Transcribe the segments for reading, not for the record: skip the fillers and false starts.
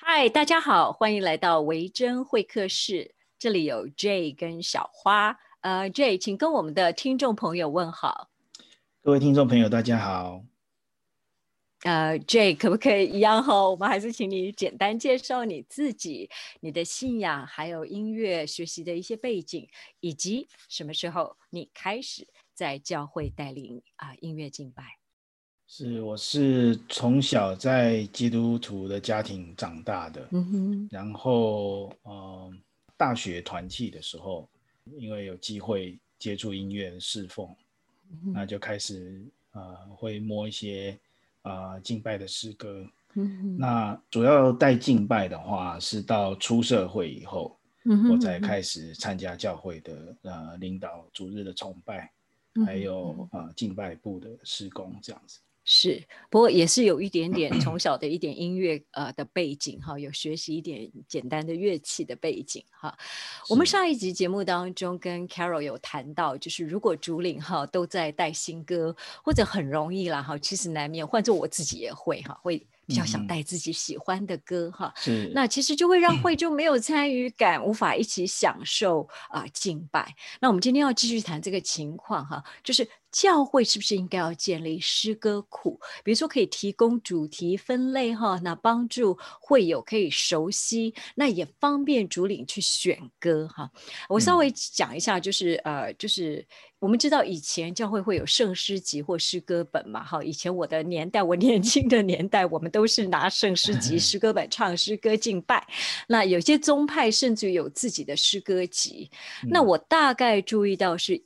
嗨，大家好，欢迎来到维珍会客室，这里有 Jay 跟小花。Jay，请跟我们的听众朋友问好。 各位听众朋友，大家好。 Jay，可不可以一样哈？我们还是请你简单介绍你自己、你的信仰，还有音乐学习的一些背景，以及什么时候你开始在教会带领音乐敬拜。 我是从小在基督徒的家庭长大的，然后大学团契的时候，因为有机会接触音乐的侍奉，那就开始会摸一些敬拜的诗歌。那主要带敬拜的话，是到出社会以后，我才开始参加教会的领导主日的崇拜，还有敬拜部的事工这样子。 是，不过也是有一点点从小的一点音乐的背景哈，有学习一点简单的乐器的背景哈。我们上一集节目当中跟 Carol 有谈到，就是如果主领哈都在带新歌，或者很容易啦哈，其实难免，换作我自己也会哈，会比较想带自己喜欢的歌哈，那其实就会让会众没有参与感，无法一起享受敬拜。那我们今天要继续谈这个情况哈，就是教会是不是应该要建立诗歌库，比如说可以提供主题分类哈，那帮助会友可以熟悉，那也方便主领去选歌哈。我稍微讲一下，就是我们知道以前教会会有圣诗集或诗歌本嘛，哈，以前我的年代，我年轻的年代，我们都是拿圣诗集、诗歌本唱诗歌敬拜。那有些宗派甚至有自己的诗歌集。那我大概注意到是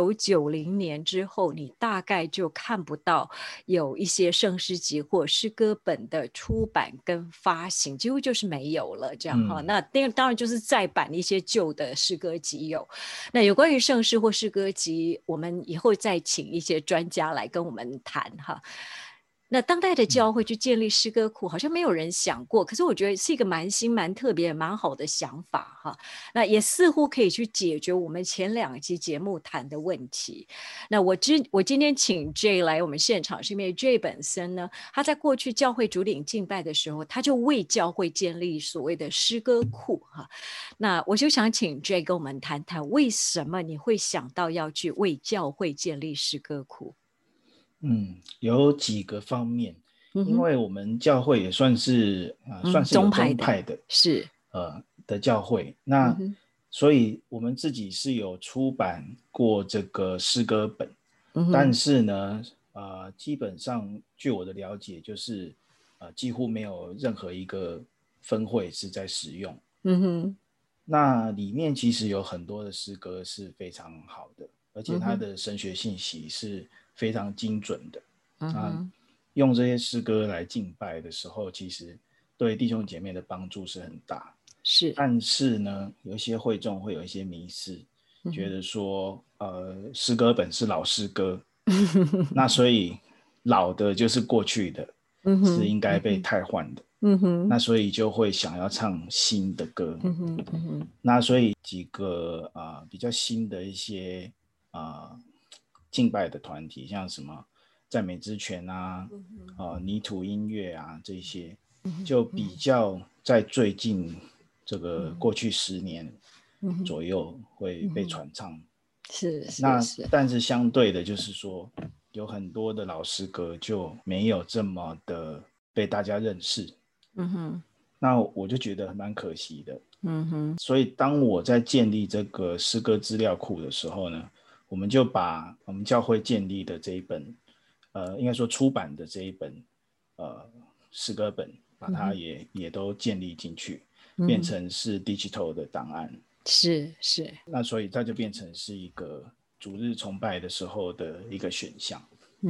1990年之后，你大概就看不到有一些圣诗集或诗歌本的出版跟发行，几乎就是没有了这样哈。那当然就是再版一些旧的诗歌集有。那有关于圣诗或诗歌集，我们以后再请一些专家来跟我们谈哈。那当代的教会去建立诗歌库，好像没有人想过，可是我觉得是一个蛮新、蛮特别、蛮好的想法哈。那也似乎可以去解决我们前2集节目谈的问题。那我今天请 Jay 来我们现场，是因为 Jay 本身呢，他在过去教会主领敬拜的时候，他就为教会建立所谓的诗歌库哈。那我就想请 Jay 跟我们谈谈，为什么你会想到要去为教会建立诗歌库？ 有几个方面，因为我们教会也算是有宗派的， 是的教会，那所以我们自己是有出版过这个诗歌本，但是呢，基本上据我的了解，就是几乎没有任何一个分会是在使用。那里面其实有很多的诗歌是非常好的，而且它的神学信息是非常精准的。用这些诗歌来敬拜的时候，其实对弟兄姐妹的帮助是很大。但是呢，有一些会众会有一些迷思，觉得说，诗歌本是老诗歌，那所以老的就是过去的，是应该被汰换的。那所以就会想要唱新的歌。那所以几个比较新的一些敬拜的团体，像什么赞美之泉泥土音乐这些，就比较在最近这个过去10年左右会被传唱。但是相对的就是说，有很多的老诗歌就没有这么的被大家认识。那我就觉得蛮可惜的。所以当我在建立这个诗歌资料库的时候呢，我们就把我们教会建立的这一本应该说出版的这一本诗歌本，把它也都建立进去，变成是 digital 的档案。那所以它就变成是一个主日崇拜的时候的一个选项。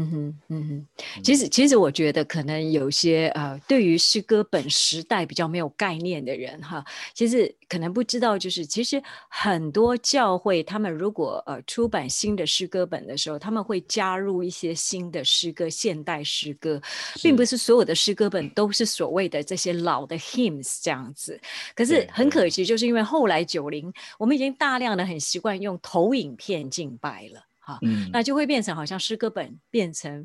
其实我觉得可能有些对于诗歌本时代比较没有概念的人哈，其实可能不知道，就是其实很多教会他们如果出版新的诗歌本的时候，他们会加入一些新的诗歌，现代诗歌，并不是所有的诗歌本都是所谓的这些老的 hymns 这样子。可是很可惜，就是因为后来90，我们已经大量的很习惯用投影片敬拜了。那就会变成好像诗歌本变成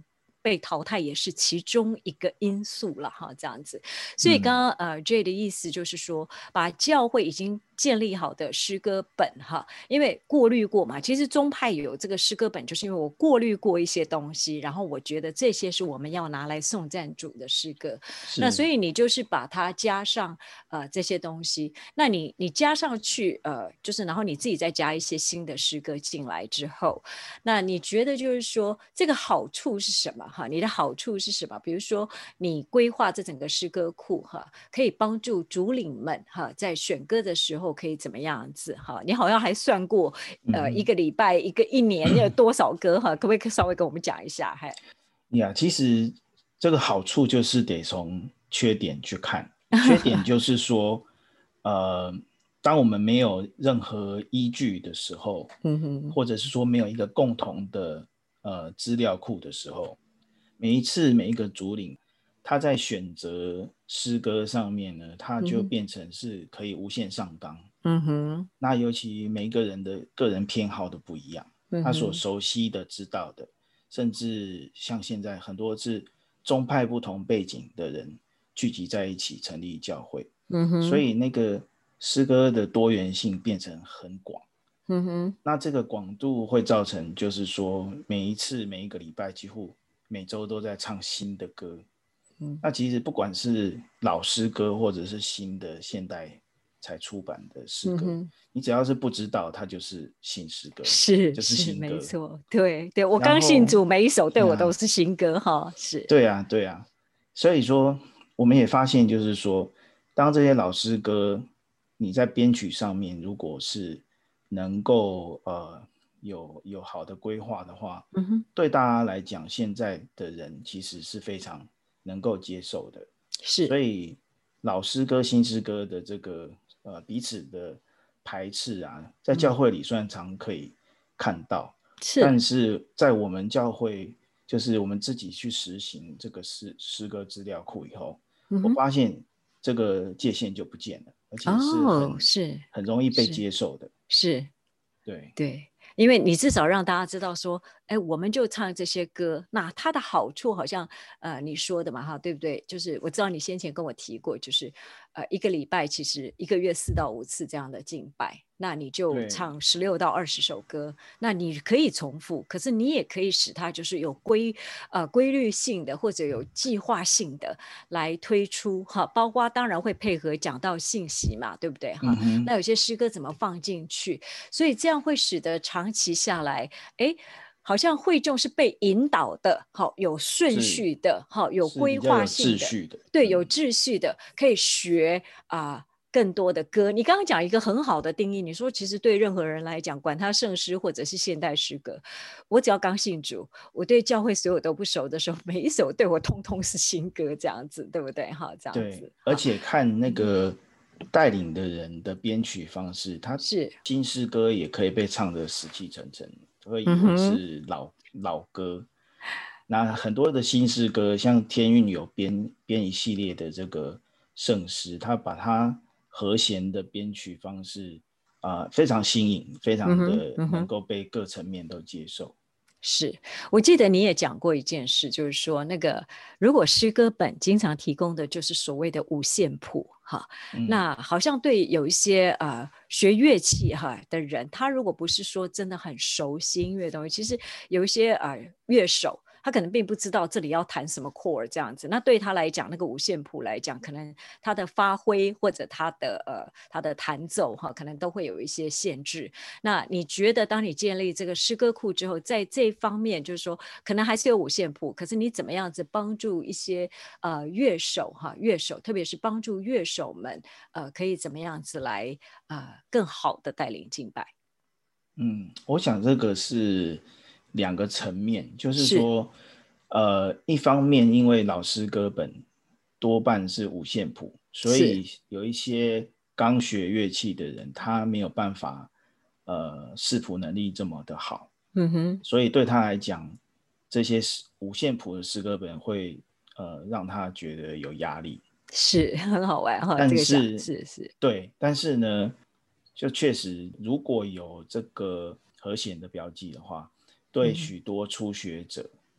被淘汰也是其中一个因素了哈，这样子。所以刚刚Jay 的意思就是说，把教会已经建立好的诗歌本哈，因为过滤过嘛，其实宗派有这个诗歌本，就是因为我过滤过一些东西，然后我觉得这些是我们要拿来颂赞主的诗歌，那所以你就是把它加上这些东西，那你加上去就是然后你自己再加一些新的诗歌进来之后，那你觉得就是说这个好处是什么哈？你的好处是什么？比如说你规划这整个诗歌库哈，可以帮助主领们哈在选歌的时候可以怎么样子哈？你好像还算过一个礼拜一年有多少歌哈？可不可以稍微跟我们讲一下？ 其实这个好处就是得从缺点去看，缺点就是说当我们没有任何依据的时候，或者是说没有一个共同的资料库的时候，每一个主领他在选择诗歌上面呢，他就变成是可以无限上纲。那尤其每一个人的个人偏好都不一样，他所熟悉的、知道的，甚至像现在很多是宗派不同背景的人聚集在一起成立教会，所以那个诗歌的多元性变成很广。那这个广度会造成就是说每一个礼拜几乎每周都在唱新的歌。那其实不管是老诗歌或者是新的现代才出版的诗歌，你只要是不知道它就是新诗歌，就是新歌， 没错，对，我刚信主，每一首对我都是新歌哈，是。 对啊，所以说我们也发现就是说，当这些老诗歌你在编曲上面如果是能够有好的规划的话，对大家来讲，现在的人其实是非常能够接受的， 是。 所以老诗歌、新诗歌的这个彼此的排斥啊，在教会里虽然常可以看到，但是在我们教会，就是我们自己去实行这个诗歌资料库以后，我发现这个界限就不见了，而且是很容易被接受的。 是， 对， 因为你至少让大家知道说，哎，我们就唱这些歌，那它的好处好像你说的嘛哈，对不对？就是我知道你先前跟我提过，就是一个礼拜其实一个月4到5次这样的敬拜，那你就唱16到20首歌，那你可以重复，可是你也可以使它就是有规律性的或者有计划性的来推出哈，包括当然会配合讲道信息嘛，对不对哈？那有些诗歌怎么放进去，所以这样会使得长期下来，哎。好像会众是被引导的，好有顺序的，好有规划性的，对，有秩序的，可以学更多的歌。你刚刚讲一个很好的定义，你说其实对任何人来讲，管他圣诗或者是现代诗歌，我只要刚信主，我对教会所有都不熟的时候，每一首对我通通是新歌，这样子，对不对？哈，这样子。 而且看那个带领的人的编曲方式，他是新诗歌也可以被唱得死气沉沉，会以为是老歌。那很多的新诗歌，像天韵有编一系列的这个圣诗，他把它和弦的编曲方式非常新颖，非常的能够被各层面都接受。 是，我记得你也讲过一件事，就是说那个如果诗歌本经常提供的就是所谓的五线谱哈，那好像对有一些学乐器哈的人，他如果不是说真的很熟悉音乐的东西，其实有一些乐手。他可能并不知道这里要弹什么 chord 这样子，那对他来讲，那个五线谱来讲，可能他的发挥或者他的弹奏哈，可能都会有一些限制。那你觉得，当你建立这个诗歌库之后，在这方面，就是说，可能还是有五线谱，可是你怎么样子帮助一些乐手，特别是帮助乐手们可以怎么样子来更好的带领敬拜？ 我想这个是2个层面，就是说，一方面因为老诗歌本多半是五线谱，所以有一些刚学乐器的人，他没有办法视谱能力这么的好，所以对他来讲，这些五线谱的诗歌本会让他觉得有压力， 是很好玩哈， 但是对， 但是呢，就确实如果有这个和弦的标记的话，对许多初学者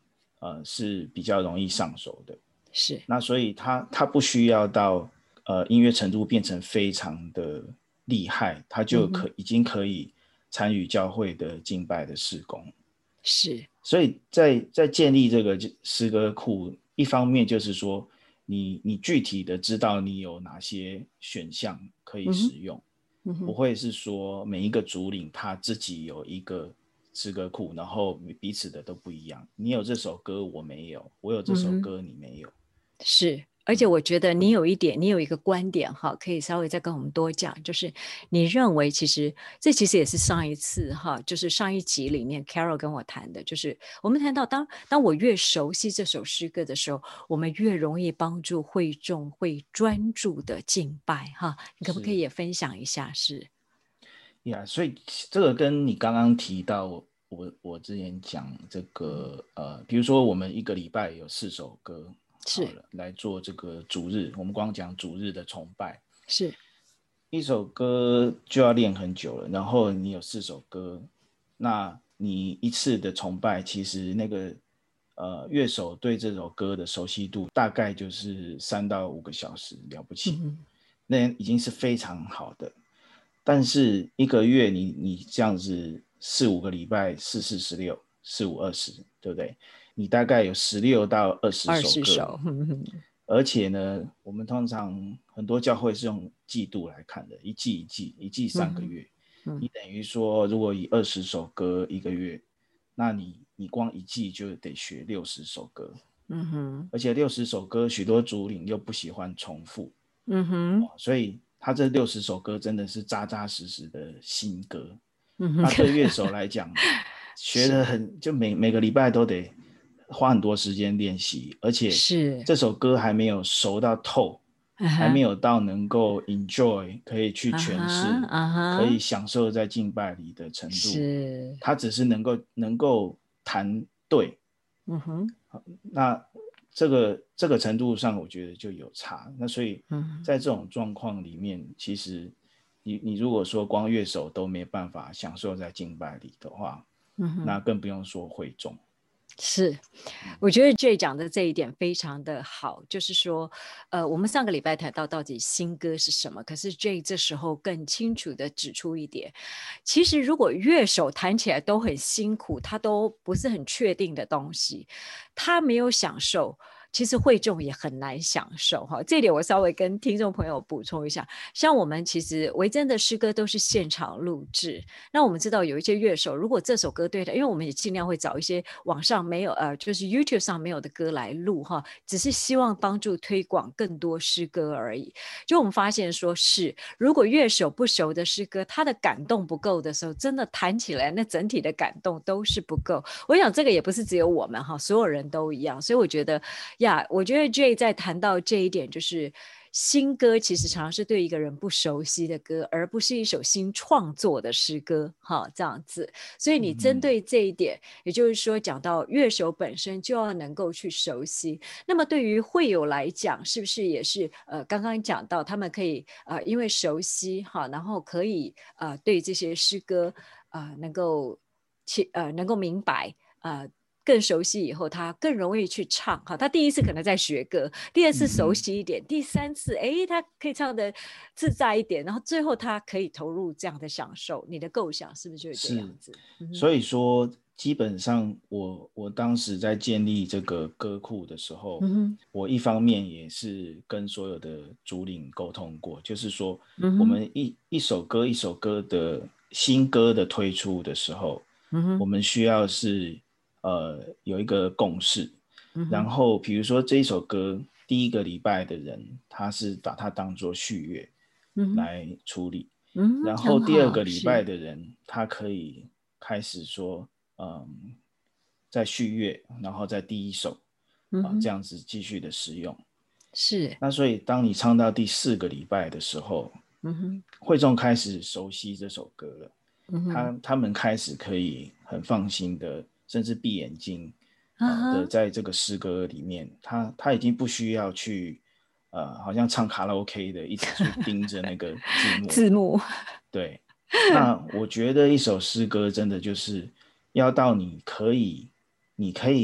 是比较容易上手的。 是， 那所以他不需要到音乐程度变成非常的厉害，他就已经可以参与教会的敬拜的事工。 是， 所以在建立这个诗歌库，一方面就是说你具体的知道你有哪些选项可以使用，不会是说每一个主领他自己有一个诗歌库，然后彼此的都不一样。你有这首歌我没有，我有这首歌你没有。 是，而且我觉得你有一个观点哈，可以稍微再跟我们多讲，就是你认为其实也是上一次哈，就是上一集里面 Carol 跟我谈的，就是我们谈到当我越熟悉这首诗歌的时候，我们越容易帮助会众会专注的敬拜哈。你可不可以也分享一下？是呀，所以这个跟你刚刚提到我之前讲这个比如说我们一个礼拜有4首歌。好了，来做这个主日，我们光讲主日的崇拜， 是一首歌就要练很久了，然后你有4首歌，那你一次的崇拜，其实那个乐手对这首歌的熟悉度大概就是3到5个小时，了不起，那已经是非常好的。但是一个月你这样子4、5个礼拜，4、4、16，4、5、20，对不对？你大概有16到20首歌，而且呢，我们通常很多教会是用季度来看的，一季3个月，你等于说如果以20首歌一个月，那你光一季就得学60首歌，而且60首歌许多主领又不喜欢重复，所以他这60首歌真的是扎扎实实的新歌，那对乐手来讲，学得就每个礼拜都得花很多时间练习，而且这首歌还没有熟到透，还没有到能够 enjoy 可以去诠释，可以享受在敬拜里的程度，它只是能够弹对，那这个程度上我觉得就有差。那所以在这种状况里面，其实你如果说光乐手都没办法享受在敬拜里的话，那更不用说会众。 是，我觉得 Jay 讲的这一点非常的好，就是说，我们上个礼拜谈到底新歌是什么，可是 Jay 这时候更清楚的指出一点，其实如果乐手弹起来都很辛苦，他都不是很确定的东西，他没有享受。其实会众也很难享受哈，这点我稍微跟听众朋友补充一下。像我们其实维珍的诗歌都是现场录制，那我们知道有一些乐手，如果这首歌对的，因为我们也尽量会找一些网上没有就是 YouTube 上没有的歌来录哈，只是希望帮助推广更多诗歌而已。就我们发现说是，如果乐手不熟的诗歌，他的感动不够的时候，真的弹起来那整体的感动都是不够。我想这个也不是只有我们哈，所有人都一样。所以我觉得我觉得 Jay 在谈到这一点，就是新歌其实常常是对一个人不熟悉的歌，而不是一首新创作的诗歌哈，这样子。所以你针对这一点，也就是说讲到乐手本身就要能够去熟悉。那么对于会友来讲，是不是也是刚刚讲到他们可以因为熟悉哈，然后可以对这些诗歌能够明白更熟悉以后，他更容易去唱。好，他第一次可能在学歌，第二次熟悉一点，第三次，他可以唱的自在一点，然后最后他可以投入这样的享受。你的构想是不是就是这样子？ 所以说，基本上我当时在建立这个歌库的时候，我一方面也是跟所有的主领沟通过，就是说，我们一首歌一首歌的新歌的推出的时候，我们需要是有一个共识，然后比如说这一首歌第一个礼拜的人，他是把它当作序乐来处理，然后第二个礼拜的人，他可以开始说，在序乐，然后在第一首，这样子继续的使用。 是。 那所以当你唱到第4个礼拜的时候，会众开始熟悉这首歌了，他们开始可以很放心的，甚至闭眼睛的在这个诗歌里面，他已经不需要去好像唱卡拉 OK 的一直去盯着那个字幕。对，那我觉得一首诗歌真的就是要到你可以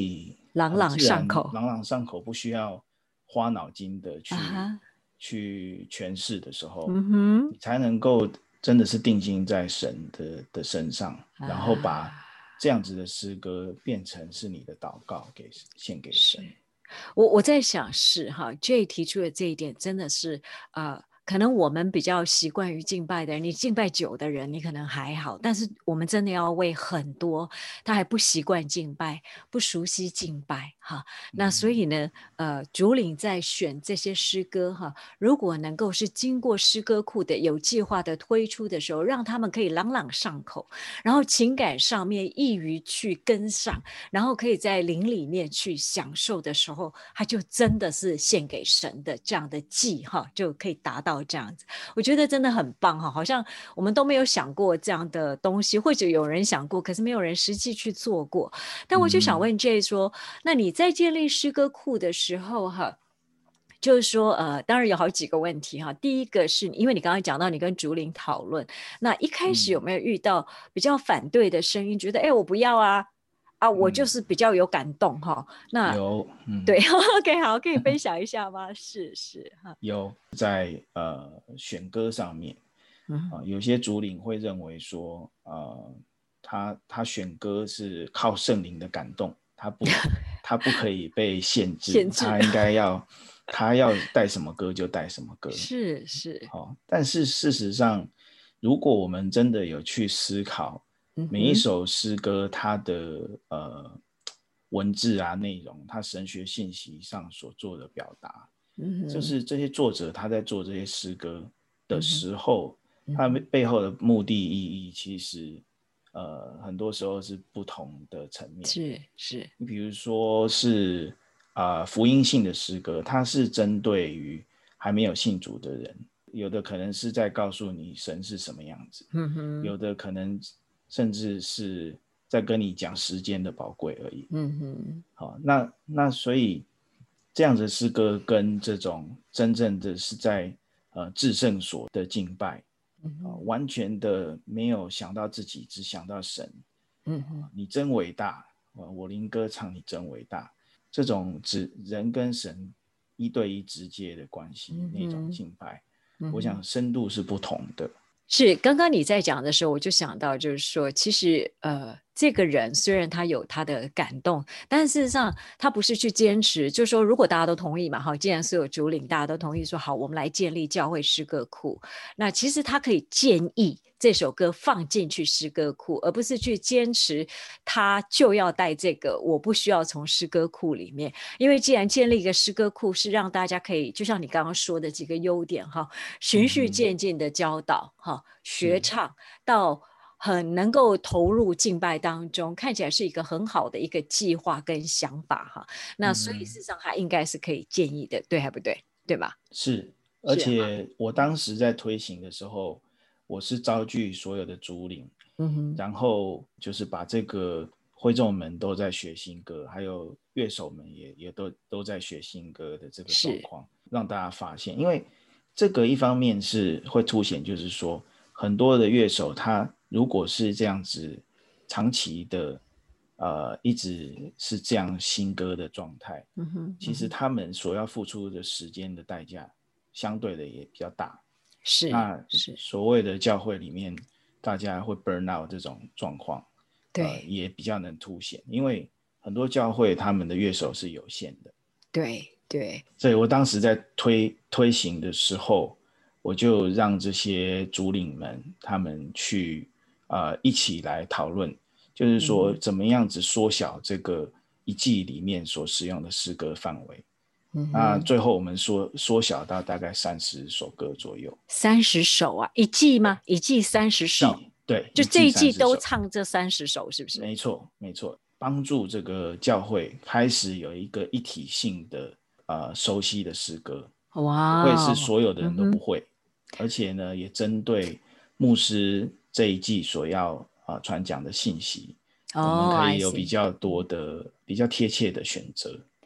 朗朗很自然上口， 朗朗上口，不需要花脑筋的啊去诠释的时候， 嗯哼你才能够真的是定睛在神的身上，然后把啊。 这样子的诗歌变成是你的祷告，献给神。 我在想是哈，J 提出的这一点真的是可能我们比较习惯于敬拜的人，你敬拜久的人，你可能还好，但是我们真的要为很多他还不习惯敬拜、不熟悉敬拜哈。那所以呢，主领在选这些诗歌哈，如果能够是经过诗歌库的有计划的推出的时候，让他们可以朗朗上口，然后情感上面易于去跟上，然后可以在灵里面去享受的时候，他就真的是献给神的这样的祭哈，就可以达到这样子。我觉得真的很棒哈，好像我们都没有想过这样的东西，或者有人想过，可是没有人实际去做过。但我就想问 J 说，那你在建立诗歌库的时候哈，就是说，当然有好几个问题哈。第一个是因为你刚刚讲到你跟竹林讨论，那一开始有没有遇到比较反对的声音，觉得我不要啊，我就是比较有感动哈。那有， 对，OK， 好，可以分享一下吗？是哈， 有在选歌上面，有些主领会认为说，他选歌是靠圣灵的感动，他不可以被限制， 限制他要带什么歌就带什么歌。 是， 但是事实上，如果我们真的有去思考每一首诗歌它的文字啊内容，它神学信息上所做的表达，就是这些作者他在做这些诗歌的时候，他背后的目的意义其实很多时候是不同的层面。 是， 你比如说是福音性的诗歌，它是针对于还没有信主的人，有的可能是在告诉你神是什么样子，有的可能甚至是在跟你讲时间的宝贵而已。好，那所以这样的诗歌跟这种真正的是在至圣所的敬拜，完全的没有想到自己，只想到神。你真伟大，我灵歌唱你真伟大。这种只人跟神一对一直接的关系，那种敬拜，我想深度是不同的。 是，刚刚你在讲的时候，我就想到，就是说，其实这个人虽然他有他的感动，但事实上他不是去坚持，就是说，如果大家都同意嘛，哈，既然所有主领大家都同意说好，我们来建立教会诗歌库，那其实他可以建议这首歌放进去诗歌库，而不是去坚持他就要带这个，我不需要从诗歌库里面，因为既然建立一个诗歌库是让大家可以，就像你刚刚说的几个优点哈，循序渐进的教导哈，学唱到很能够投入敬拜当中，看起来是一个很好的一个计划跟想法哈。那所以事实上还应该是可以建议的，对还不对？对吧？ 是，而且我当时在推行的时候，我是召集所有的主领，然后就是把这个会众们都在学新歌，还有乐手们也都在学新歌的这个状况，让大家发现，因为这个一方面是会凸显，就是说很多的乐手他如果是这样子长期的一直是这样新歌的状态，其实他们所要付出的时间的代价相对的也比较大。那所谓的教会里面大家会 burn out 这种状况， 对， 也比较能凸显，因为很多教会他们的乐手是有限的。 对， 所以我当时在推行的时候，我就让这些主领们他们去一起来讨论，就是说怎么样子缩小这个一季里面所使用的诗歌范围。那最后我们缩小到大概30首歌左右。 30首啊，一季吗？一季30首？ 对， 就这一季都唱这30首，是不是？ 没错，帮助这个教会开始有一个一体性的熟悉的诗歌。 哇， 不会是所有的人都不会，而且呢，也针对牧师这一季所要传讲的信息，我们可以有比较多的、比较贴切的选择。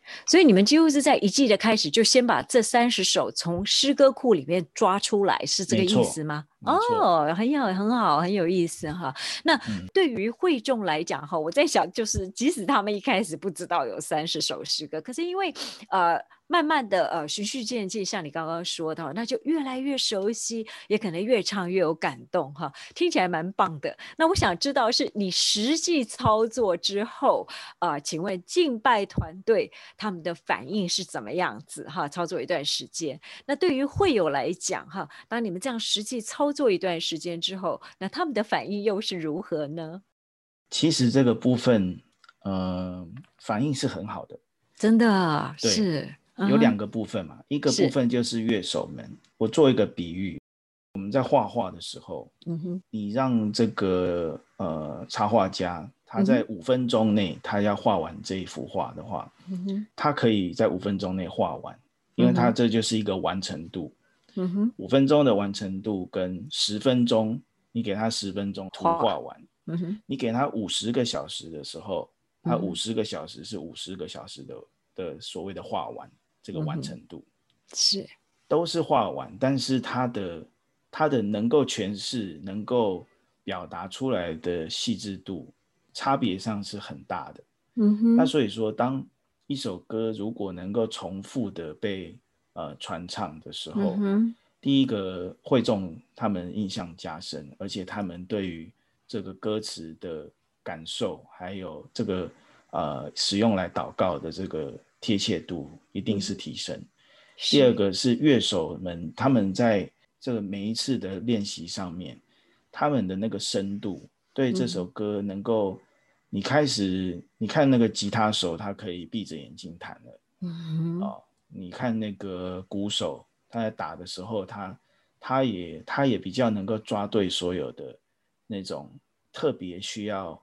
所以你们几乎是在一季的开始就先把这30首从诗歌库里面抓出来，是这个意思吗？哦，很好，很有意思哈。那对于会众来讲哈，我在想，就是即使他们一开始不知道有30首诗歌，可是因为慢慢的循序渐进，像你刚刚说的，那就越来越熟悉，也可能越唱越有感动哈，听起来蛮棒的。那我想知道是你实际操作之后请问敬拜团队他们的反应是怎么样子哈？操作一段时间，那对于会友来讲哈，当你们这样实际操作一段时间之后，那他们的反应又是如何呢？ 其实这个部分反应是很好的， 真的是有2个部分嘛，一个部分就是乐手们，我做一个比喻，我们在画画的时候，你让这个插画家他在5分钟内他要画完这一幅画的话，他可以在5分钟内画完，因为他这就是一个完成度。5分钟的完成度跟10分钟，你给他10分钟图画完，你给他50个小时的时候，他50个小时是50个小时的所谓的画完，这个完成度是都是画完，但是他的能够诠释、能够表达出来的细致度差别上是很大的。那所以说，当一首歌如果能够重复的被传唱的时候，第一个会众他们印象加深，而且他们对于这个歌词的感受，还有这个使用来祷告的这个贴切度一定是提升。第二个是乐手们他们在这个每一次的练习上面，他们的那个深度，对这首歌能够你看那个吉他手他可以闭着眼睛弹了，你看那个鼓手他在打的时候，他也比较能够抓对所有的那种特别需要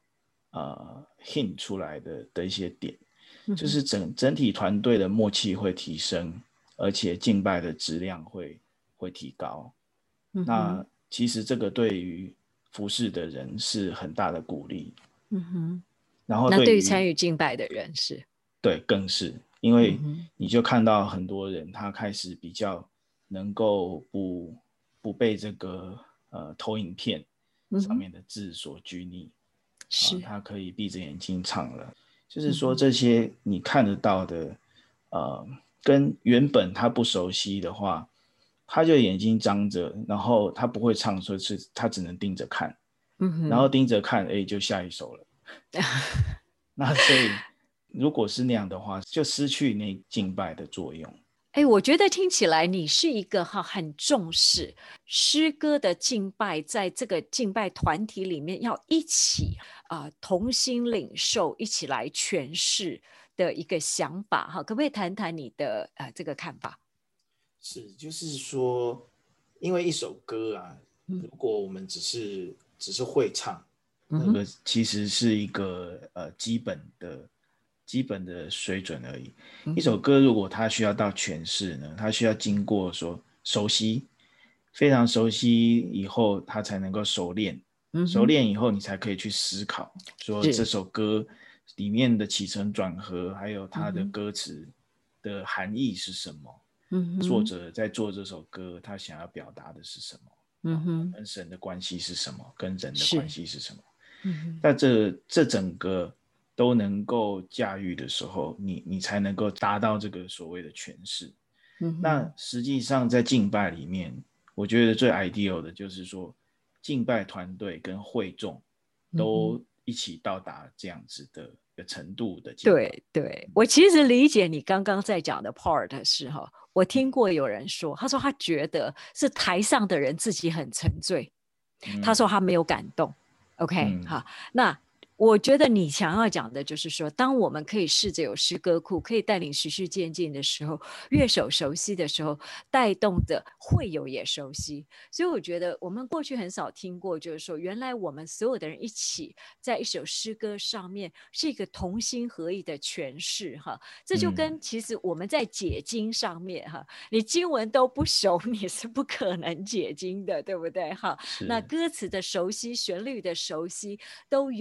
hint 出来的一些点，就是整体团队的默契会提升，而且敬拜的质量会提高。那其实这个对于服侍的人是很大的鼓励。然后那对于参与敬拜的人是对，更是因为你就看到很多人他开始比较能够不被这个投影片上面的字所拘泥，他可以闭着眼睛唱了。就是说这些你看得到的跟原本他不熟悉的话，他就眼睛张着，然后他不会唱，所以是他只能盯着看，然后盯着看就下一首了。那所以如果是那样的话，就失去那敬拜的作用。 我觉得听起来你是一个很重视诗歌的敬拜，在这个敬拜团体里面要一起同心领受，一起来诠释的一个想法可不可以谈谈你的这个看法？ 是，就是说，因为一首歌如果我们只是会唱，那个其实是一个基本的水准而已。一首歌如果它需要到诠释呢，它需要经过说熟悉，非常熟悉以后，它才能够熟练。熟练以后，你才可以去思考说这首歌里面的起承转合，还有它的歌词的含义是什么。作者在做这首歌，他想要表达的是什么？跟神的关系是什么？跟人的关系是什么？那这整个都能够驾驭的时候，你才能够达到这个所谓的诠释。那实际上在敬拜里面，我觉得最 ideal 的就是说，敬拜团队跟会众都一起到达这样子的程度的敬拜。 对，我其实理解你刚刚在讲的 part 是我听过有人说，他说他觉得是台上的人自己很沉醉，他说他没有感动。OK，好，那我觉得你想要讲的就是说，当我们可以试着有诗歌库，可以带领循序渐进的时候，乐手熟悉的时候，带动的会友也熟悉。所以我觉得我们过去很少听过，就是说原来我们所有的人一起在一首诗歌上面是一个同心合意的诠释这就跟其实我们在解经上面你经文都不熟，你是不可能解经的，对不对那歌词的熟悉，旋律的熟悉，都有助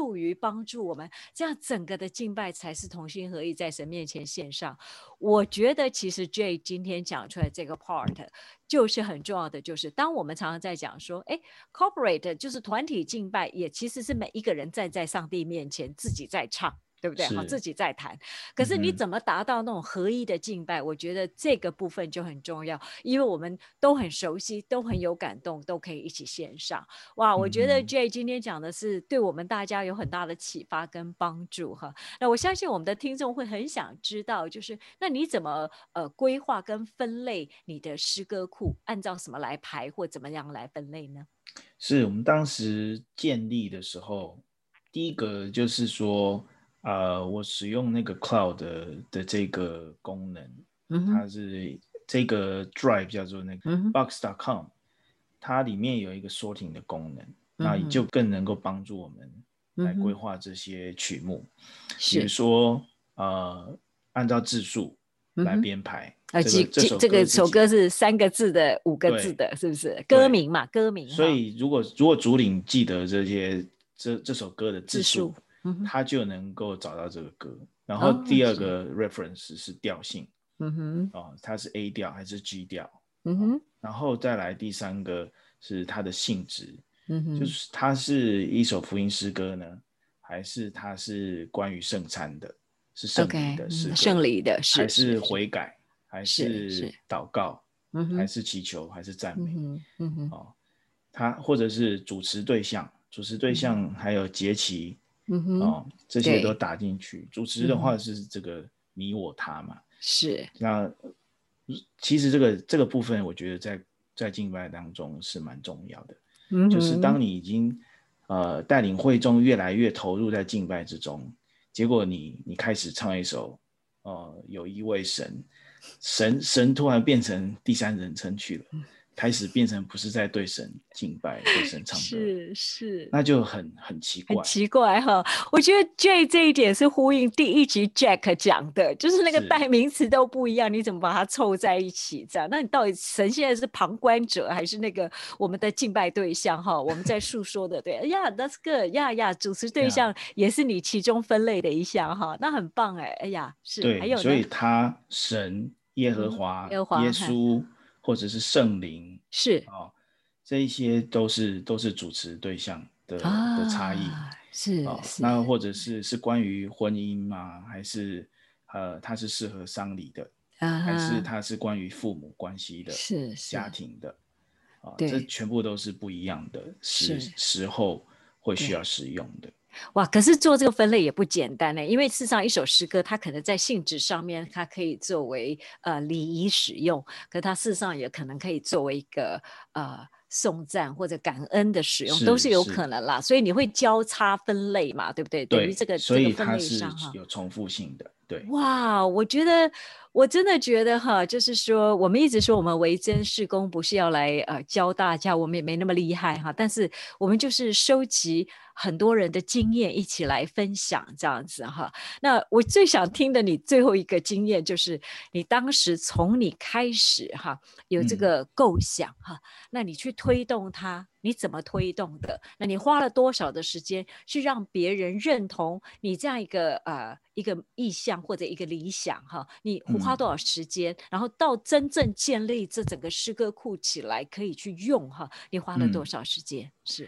助于帮助我们，这样整个的敬拜才是同心合意在神面前献上。我觉得其实 Jay 今天讲出来这个 part 就是很重要的，就是当我们常常在讲说corporate 就是团体敬拜，也其实是每一个人站在上帝面前自己在唱，对不对？好，自己在谈。可是你怎么达到那种合一的敬拜，我觉得这个部分就很重要，因为我们都很熟悉，都很有感动，都可以一起献上。哇，我觉得 Jay 今天讲的是对我们大家有很大的启发跟帮助哈。那我相信我们的听众会很想知道，就是那你怎么规划跟分类你的诗歌库，按照什么来排或怎么样来分类呢？ 是我们当时建立的时候，第一个就是说，我使用那个 Cloud 的这个功能，它是这个 Drive 叫做那个 Box.com，它里面有一个 sorting 的功能，那也就更能够帮助我们来规划这些曲目，比如说按照字数来编排。 这个首歌是3个字的、5个字的，是不是？歌名嘛，歌名。 所以如果主领记得这首歌的字数，他就能够找到这个歌。然后第二个 reference 是调性，它是 A 调还是 G 调，然后再来第3个是它的性质，就是它是一首福音诗歌呢，还是它是关于圣餐的，是圣礼的诗歌， 圣礼的， 还是悔改，还是祷告，还是祈求，还是赞美，它或者是主持对象，还有节期，这些都打进去。主持的话是这个你我他嘛， 是。 那其实这个部分，我觉得在敬拜当中是蛮重要的，就是当你已经带领会众越来越投入在敬拜之中，结果你开始唱一首有一位神突然变成第3人称去了，开始变成不是在对神敬拜，对神唱歌， 是， 那就很奇怪， 很奇怪哈。我觉得 Jay 这一点是呼应第1集 Jack 讲的，就是那个代名词都不一样，你怎么把它凑在一起？这样，那你到底神现在是旁观者，还是那个我们的敬拜对象哈？我们在述说的，对，that's good，主持对象也是你其中分类的一项哈，那很棒哎呀，是。 对， 还有呢， 所以他神耶和华、耶稣或者是圣灵是这一些都是主持对象的差异， 是那或者是关于婚姻吗？还是它是适合丧礼的，还是它是关于父母关系的、家庭的，这全部都是不一样的时候会需要使用的。 哇，可是做这个分类也不简单呢，因为事实上一首诗歌它可能在性质上面它可以作为礼仪使用，可它事实上也可能可以作为一个颂赞或者感恩的使用，都是有可能啦。所以你会交叉分类嘛，对不对？ 对， 等于这个所以它是有重复性的。对， 哇，我真的觉得哈，就是说我们一直说我们维真事工不是要来教大家，我们也没那么厉害哈，但是我们就是收集很多人的经验一起来分享这样子哈。那我最想听的你最后一个经验就是你当时从你开始哈有这个构想哈，那你去推动它，你怎么推动的？那你花了多少的时间去让别人认同你这样一个意向或者一个理想哈？你花多少时间，然后到真正建立这整个诗歌库起来可以去用哈？你花了多少时间？是，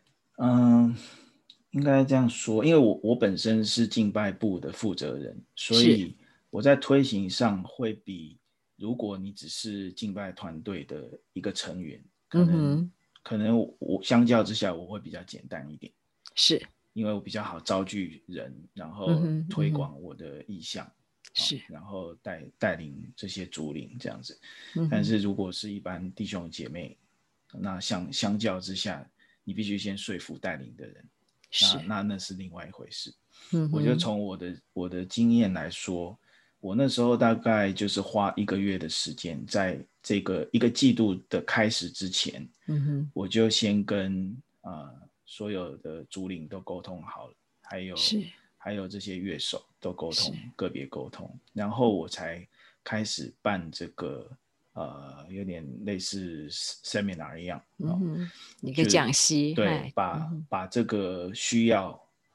应该这样说，因为我本身是敬拜部的负责人，所以我在推行上会比如果你只是敬拜团队的一个成员，可能我相较之下我会比较简单一点， 是因为我比较好招聚人，然后推广我的意向， 是， 然后带领这些主领这样子。但是如果是一般弟兄姐妹，那相较之下，你必须先说服带领的人，那是另外一回事。我就从我的经验来说，我那时候大概就是花1个月的时间，在这个1个季度的开始之前，我就先跟所有的主领都沟通好了，还有这些乐手都沟通，个别沟通，然后我才开始办这个有点类似 seminar 一样， 一个讲习， 对，把这个需要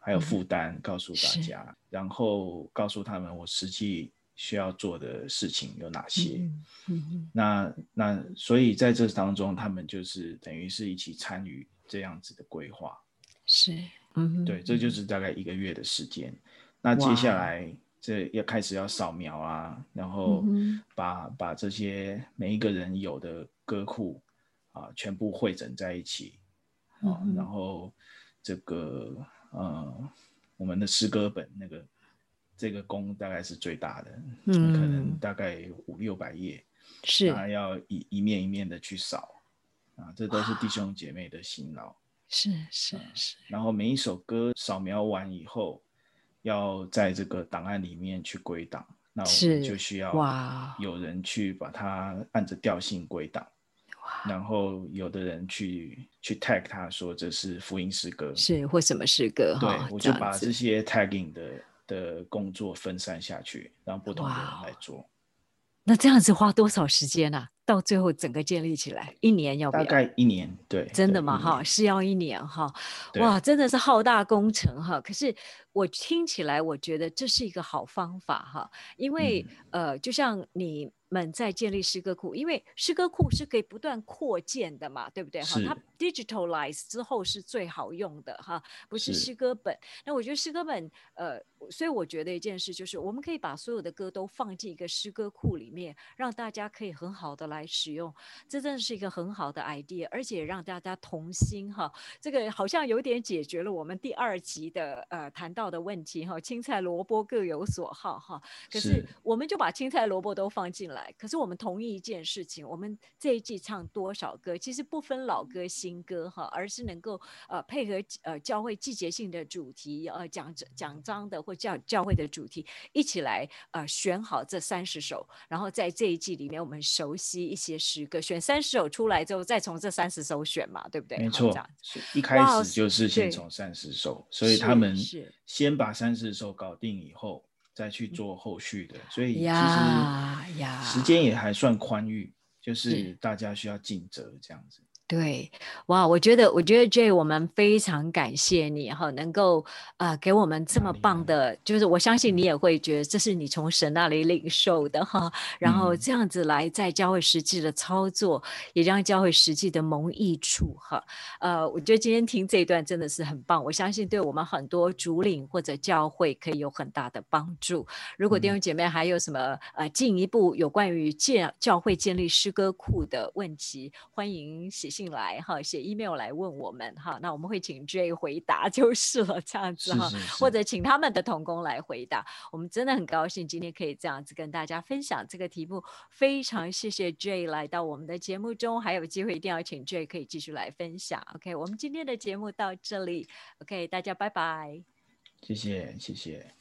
还有负担告诉大家，然后告诉他们我实际需要做的事情有哪些。那所以在这当中，他们就是等于是一起参与这样子的规划。 是， 对，这就是大概1个月的时间。那接下来这要开始要扫描啊，然后把这些每一个人有的歌库全部汇整在一起，然后这个我们的诗歌本这个工大概是最大的，可能大概500-600页， 是， 那要一面一面的去扫这都是弟兄姐妹的辛劳。 是。 然后每一首歌扫描完以后，要在这个档案里面去归档，那我们就需要有人去把它按着调性归档，然后有的人去 tag 它说这是福音诗歌， 是或什么诗歌。 对，我就把这些 tagging 的工作分散下去，让不同的人来做。 那这样子花多少时间啊？到最后整个建立起来1年要不要？ 大概1年，对， 真的吗？哈，是要1年哈，哇，真的是浩大工程哈。可是我听起来，我觉得这是一个好方法哈，因为就像你们在建立诗歌库，因为诗歌库是可以不断扩建的嘛，对不对？哈，它 digitalize 之后是最好用的哈，不是诗歌本。那我觉得诗歌本，所以我觉得一件事就是，我们可以把所有的歌都放进一个诗歌库里面，让大家可以很好的来使用，这真的是一个很好的 idea， 而且让大家同心哈。这个好像有点解决了我们第2集的谈到的问题哈，青菜萝卜各有所好哈。可是我们就把青菜萝卜都放进来，可是我们同意一件事情，我们这一季唱多少歌，其实不分老歌新歌哈，而是能够配合教会季节性的主题讲章的或教会的主题一起来选好这30首，然后在这一季里面我们熟悉一些诗歌，选30首出来之后再从这30首选嘛，对不对？ 没错，一开始就是先从30首，所以他们先把30首搞定以后再去做后续的，所以其实时间也还算宽裕，就是大家需要尽责这样子。 对，哇，我觉得 Jay 我们非常感谢你哈，能够给我们这么棒的，就是我相信你也会觉得这是你从神那里领受的哈，然后这样子来在教会实际的操作，也让教会实际的蒙益处哈。我觉得今天听这一段真的是很棒，我相信对我们很多主领或者教会可以有很大的帮助。如果弟兄姐妹还有什么进一步有关于教会建立诗歌库的问题，欢迎写信来哈，写 email 来问我们哈，那我们会请 Jay 回答就是了，这样子哈，或者请他们的同工来回答。我们真的很高兴今天可以这样子跟大家分享这个题目，非常谢谢 Jay 来到我们的节目中，还有机会一定要请 Jay 可以继续来分享。OK， 我们今天的节目到这里 ，OK， 大家拜拜， 谢谢。